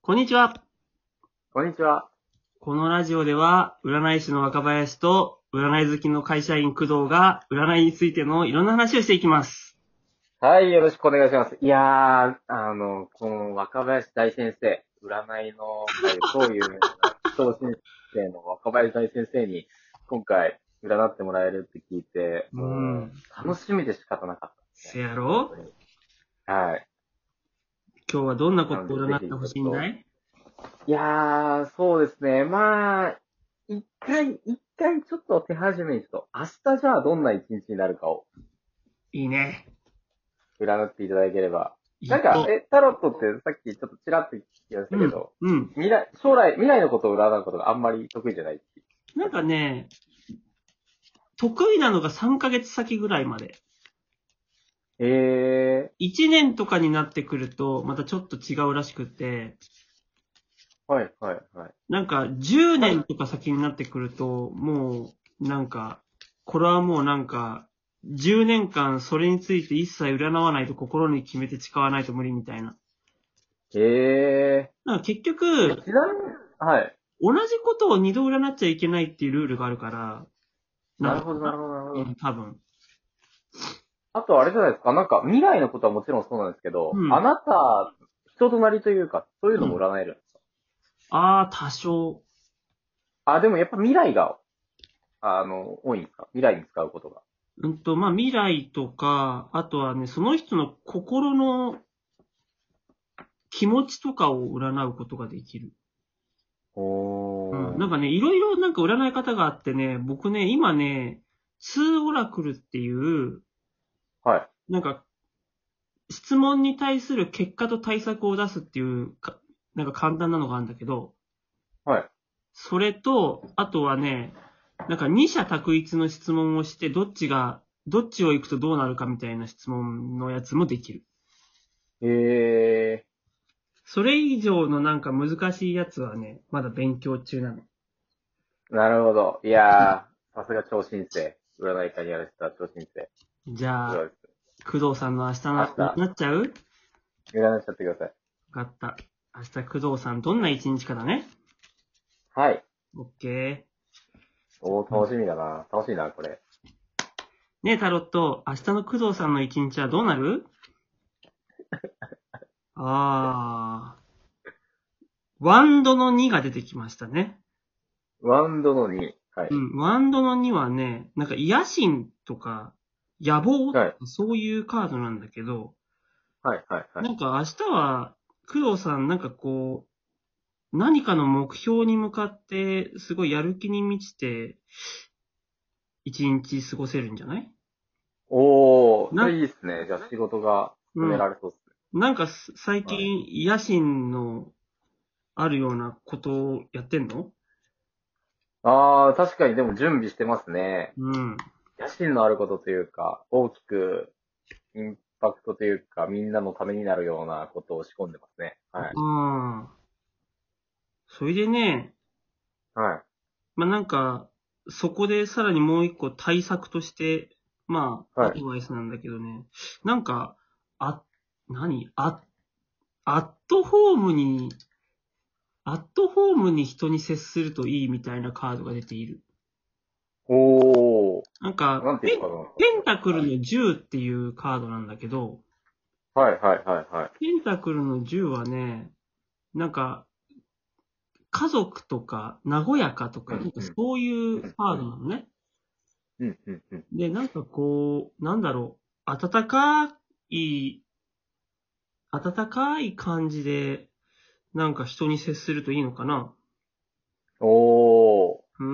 こんにちは。 こんにちは。 このラジオでは、占い師の若林と、占い好きの会社員工藤が、占いについてのいろんな話をしていきます。 はい、よろしくお願いします。いやー、この若林大先生、占いの界で超有名な超新星の若林大先生に、今回、占ってもらえるって聞いて、もう、楽しみで仕方なかったですせね。 やろ？ はい。 今日はどんなこなので、 とを占ぜひちってほしいんょっと、 だい？ いやー、そうですね。まあ、一回ちょっと手始めに明日じゃあどんな一日になるかをいいね。 占っていただければ。なんか、 いいと。 タロットってさっきちょっとちらっと聞きましたうん、 けど、 うん。 未来のことを占うことがあんまり得意じゃないって聞きなんました。 かね、得意なのが3ヶ月先ぐらいまで。 え 1年とかになってくると、またちょっと違うらしくって、 はい、はい、はい。 なんか10 なん年とか先になってくると、もう、これはもう10年間それについて一切占わないと心に決めて誓わないと無理みたいな。 えなんか結局、 ちなみに、はい。 同じことを二度占っちゃいけないっていうルールがあるから、 なるほど、なるなのかな？ ほど、なるほど。 多分。 あとあれじゃないですか、なんか未来のことはもちろんそうなんですけど、 うん。 あなた、人となりというか、そういうのもうん。 占えるんですか？ ああ、多少。 でもやっぱ未来が、多いんですか？未来に使うことが。 まあ、未来とか、あとはね、その人の心の気持ちとかを占うことができる。うん。 おー。 なんかね、いろいろなんか占い方があってね、僕ね、今ね、ツーオラクルっていう、 はい。 なんか、質問に対する結果と対策を出すっていうなんか簡単なのがあるんだけど、 はい。 それと、あとはね、なんか二者択一の質問をして、どっちを行くとどうなるかみたいな質問のやつもできる。 えそれ以上のなんか難しいやつはね、まだ勉強中なの。 なるほど。いやー、さすが超新星。占い会にやらせた超新星。 じゃあ、 すごいです。 工藤さんの明日の、 明日、 なっちゃう？ 占いしちゃってください。 わかった。明日工藤さんどんな一日かだね。 はい。 オッケおー、 ー。 楽しみだな。楽しいな、これ。 ねえ、タロット、明日の工藤さんの一日はどうなる？ワンドの2が出てきましたね。 ワンドの2。はい。 うん、ワンドの2はね、なんか野心とか野望とかはい。 そういうカードなんだけど、 はい、はい、はい。 なんか明日は工藤さんなんかこう、何かの目標に向かってすごいやる気に満ちて一日過ごせるんじゃない？ おー、それな、 いいっすね。じゃあ仕事がうん。 進められそうっすなんか最ね。はい。 近野心のあるようなことをやってんの？ 確かにでも準備してますね。 うん。 野心のあることというか、大きくインパクトというか、みんなのためになるようなことを仕込んでますね。はい。 ああ。それでね、 はい。 まあ、なんか、そこでさらにもう一個対策として、まあ、アはい。 ドバイスなんだけどね、なんか、あ、何あ、アットホームに、アットホームに人に接するといいみたいなカードが出ている。 おー。 なんか、 なんていうカードなんですか、 ペそれ。 ンタクルはい。 の10っていうカードなんだけど、 はい、はい、はい、はい。 ペンタクルの10はね、なんか、家族とか、和やかとか、なんうん、うん、 かそういううん、 カーうん、 ドなのね。 うん、うん、うん。 で、なんかこう、温かい、温かい感じで、なんか人に接するといいのかな。 おー。 うん。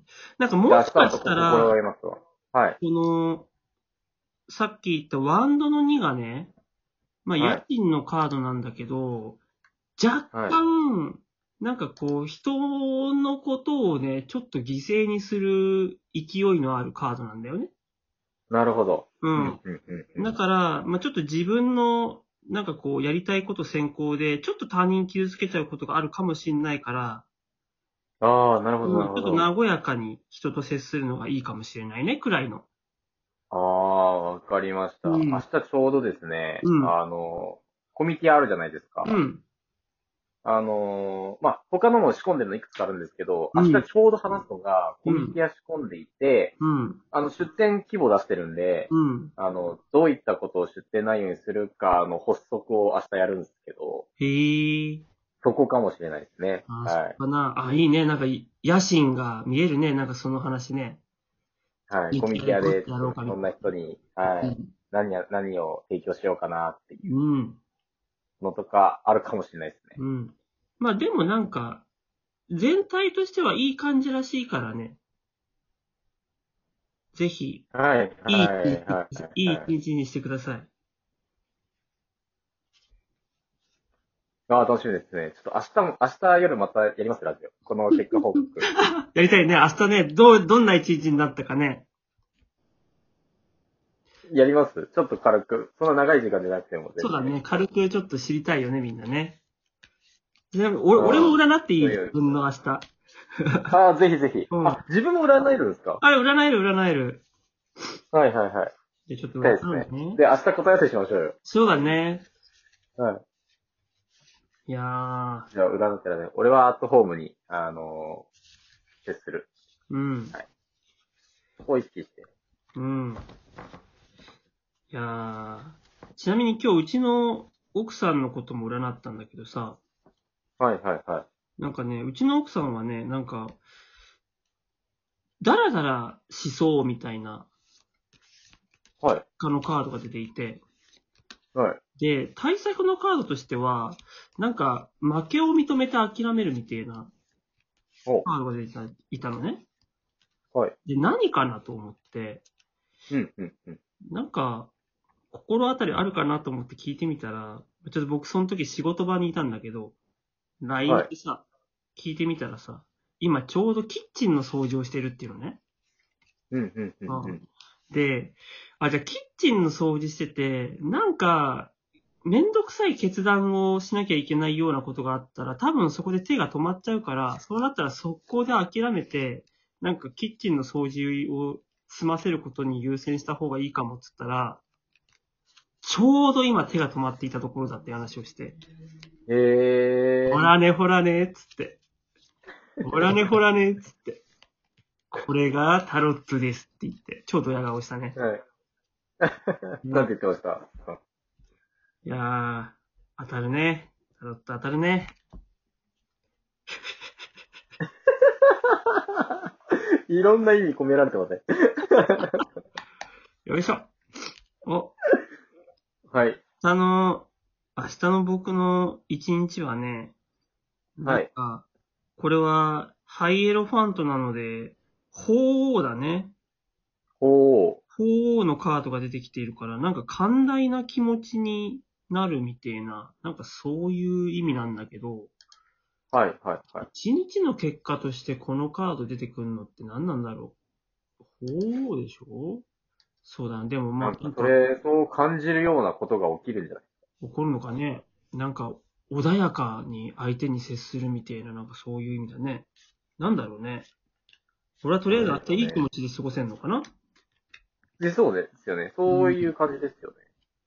なんかじゃあもしかし明日はそこたら、 心がけますわ。はい。 この、さっき言ったワンドの2がね、まあ、 はい。 家賃のカードなんだけど、若はい。 干、なんかこう、人のことをね、ちょっと犠牲にする勢いのあるカードなんだよね。 なるほど。うん、 うん。 うん、うん、うん。 だから、まあ、ちょっと自分の、なんかこう、やりたいこと先行で、ちょっと他人傷つけちゃうことがあるかもしれないから、 なるほど、なうん、ちょっとるほど。 和やかに人と接するのがいいかもしれないね、くらいの。 わかりました。明うん、 日ちょうどですね、 うん、 コミケあるじゃないですか。 うん。 まあ、他のも仕込んでるのいくつかあるんですけど、 うん明日ちょうど話すのが、コミケア仕込んでいて、 うん。 出店規模出してるんで、 うん。 どういったことを出店内容にするかの発足を明日やるんですけど、 へえ。 そこかもしれないですね。 あ、そはい。 っかな。あ、いいね。なんか、野心が見えるね。なんかその話ね。 はい。コいつミケアで、 やるやろうかみそんなたい人に、はな。うい。 ん。 何を提供しようかなっていううん。 のとか、あるかもしれないですね。 うん。まあでもなんか、全体としてはいい感じらしいからね。ぜひ、 はい、はい、 いい一日、 はい、 いいはい。 一日にしてください。 楽しみですね。ちょっと明日夜またやりますラジオ。この結果報告。 やりたいね。明日ね、どんな一日になったかね。 やりますちょっと軽く。そんな長い時間じゃなくても全然。 そうだね。軽くちょっと知りたいよね、みんなね。ちなみに俺もうん。 占っていい？自そういう。 分の明日。 ぜひぜひ。 うん。 自分も占えるんですか？ あれ、占える。 はいはいはい。 じゃあちょっとしたいですね。 占うね。 で、明日答え合わせしましょうよ。 そうだね。 はい。 いやー、 じゃあ、占ったらね、俺はアットホームに、接する。 うん、 はい。そこを意識して。 うん。いやー、ちなみに今日うちの奥さんのことも占ったんだけどさ、 はいはいはなんかね、うちの奥さんはね、なんか、ダラダラしそうみたいな、 い。はい。 のカードが出ていて、 はい。 で、対策のカードとしては、なんか、負けを認めて諦めるみたいなお、 カードが出ていたのね。 はい。 で、何かなと思って、 うんうんうん。 なんか、心当たりあるかなと思って聞いてみたら、ちょっと僕その時仕事場にいたんだけど、LINE はい。 でさ、聞いてみたらさ、今ちょうどキッチンの掃除をしてるっていうのね。 うんうんうんうん。 うん。 で、じゃあキッチンの掃除してて、なんか、めんどくさい決断をしなきゃいけないようなことがあったら、多分そこで手が止まっちゃうから、そうなったら速攻で諦めて、なんかキッチンの掃除を済ませることに優先した方がいいかもっつったら、ちょうど今手が止まっていたところだって話をして、ほえらねほらねっつって、ほらねほらねっつって、これがタロットですって言って、超ドヤ顔したね。 はい。なんね。 て言ってました？ いやー、当たるね。タロット当たるね。 いろんな意味込められてません？ よいしょ。お、 はい。 明日の僕の一日はね、なはい。 んか、これはハイエロファントなので、鳳凰だね。 おー。 鳳凰のカードが出てきているから、なんか寛大な気持ちになるみてえな、なんかそういう意味なんだけど、 はいはいはい。 一日の結果としてこのカード出てくるのって何なんだろう。鳳凰でしょ？そうだね。でもまあ、なんか、 そう感じるようなことが起きるんじゃない？ 起こるのかね。なんか、穏やかに相手に接するみたいな、なんかそういう意味だね。なんだろうね。俺はとりあえずなんあっていい気でしょうね。 持ちで過ごせんのかな？ そうですよね。 うん。 そういう感じですよね。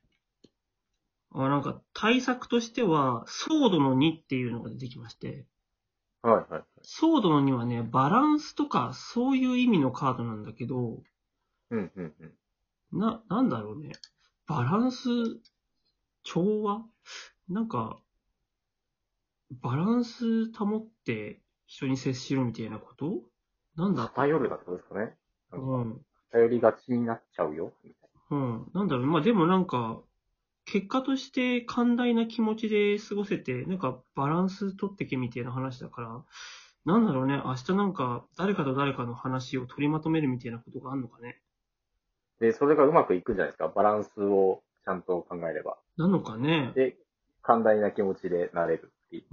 なんか対策としては、ソードの2っていうのが出てきまして、 はいはいはい。 ソードの2はね、バランスとかそういう意味のカードなんだけど、 うんうんうん。 なんだろうね。バランス、調和なんか、バランス保って人に接しろみたいなことなんだ偏るなってことですかね。なんか、 うん。 頼りがちになっちゃうよ。みたいうん。なんだろう。まあでもなんか、結果として寛大な気持ちで過ごせて、なんかバランス取ってけみたいな話だから、なんだろうね。明日なんか誰かと誰かの話を取りまとめるみたいなことがあるのかね。 な。で、それがうまくいくんじゃないですか。バランスをちゃんと考えれば。 なのかね。 で、寛大な気持ちでなれるっていう。 うん。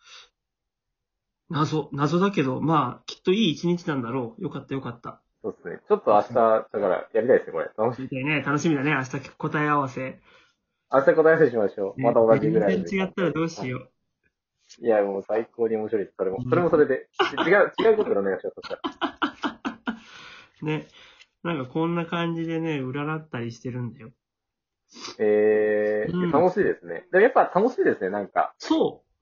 謎だけど、まあ、きっといい一日なんだろう。よかったよかった。 そうですね。ちょっと明日、だからやりたいですね、これ。 みたいね。楽しみだね。明日答え合わせ。 明日答え合わせしましょう。まね、 た同じぐ全然らいの時間で。 違ったらどうはい。 しよいや、もう最高に面白いです。 う。 それもそれで。違うことでお願いします。そしたら。 ね。なんかこんな感じでね、占ったりしてるんだよ。うん。 楽しいですね。でもやっぱ楽しいですね、なんか。 そう。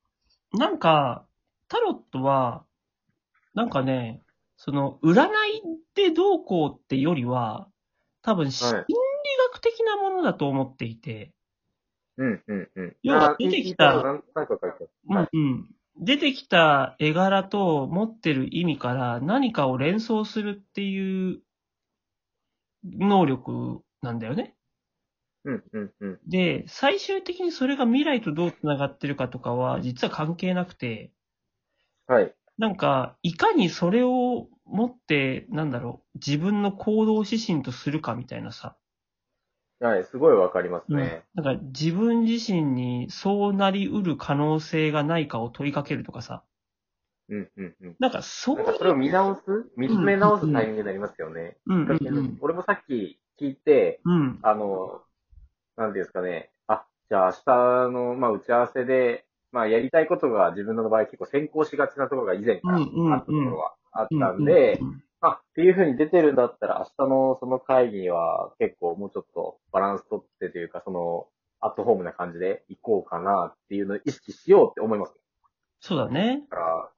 なんか、タロットは、なんかね、その、占いでどうこうってよりは、多分、心はい。 理学的なものだと思っていて、 うんうんうん。聞要は出てきた、 いたの何個か書いてある。はい。 うんうん、出てきた絵柄と持ってる意味から何かを連想するっていう能力なんだよね。 うんうんうん。 で、最終的にそれが未来とどう繋がってるかとかは、実は関係なくて、 はい。 なんか、いかにそれを持って、自分の行動指針とするかみたいなさ。 はい。すごいわかりますうん。 ね。 なんか、自分自身にそうなり得る可能性がないかを問いかけるとかさ。 うんうんうん。 なんか、そういう、 なんかそれを見つうん、 め直すうん、 タイミングになりますよね。 うん、うん、 きっかけの。 うん、 俺もさっき聞いて、 うん、 あの、なんていうんですかね。あ、じゃあ明日の、打ち合わせで、やりたいことが自分の場合結構先行しがちなところが以前うん、 からうん、 あったところはあっうん、 たんうん、 で、っていう風に出てるんだったら明日のその会議は結構もうちょっとバランス取ってというか、アットホームな感じで行こうかなっていうのを意識しようって思います。 そうだね。 だから、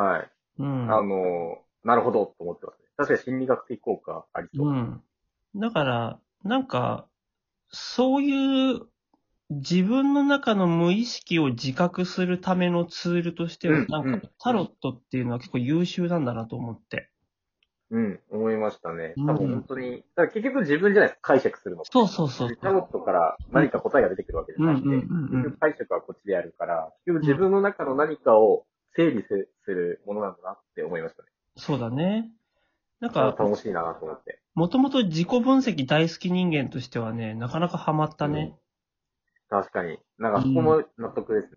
はい。 うん、 なるほどと思ってますね。確かに心理学的効果ありそう。 うん。だから、なんか、そういう自分の中の無意識を自覚するためのツールとしては、 うん、うん、 タロットっていうのは結構優秀なんだなと思って。 うん、思いましたね。多分本うん。 当に、だから結局自分じゃないですか、解釈するのって。 そうそうそうそう。 別にタロットからうん。 何か答えが出てくるわけじゃうんうんなくて、結局うん解釈はこっちでやるから、結局うん。うん。 自分の中の何かを整理するものなんだなって思いましたね。 そうだね。なんか、 楽しいなと思って。 もともと自己分析大好き人間としてはね、なかなかハマったうん。 ね。 確かに。なんかそこうん。 も納得ですね。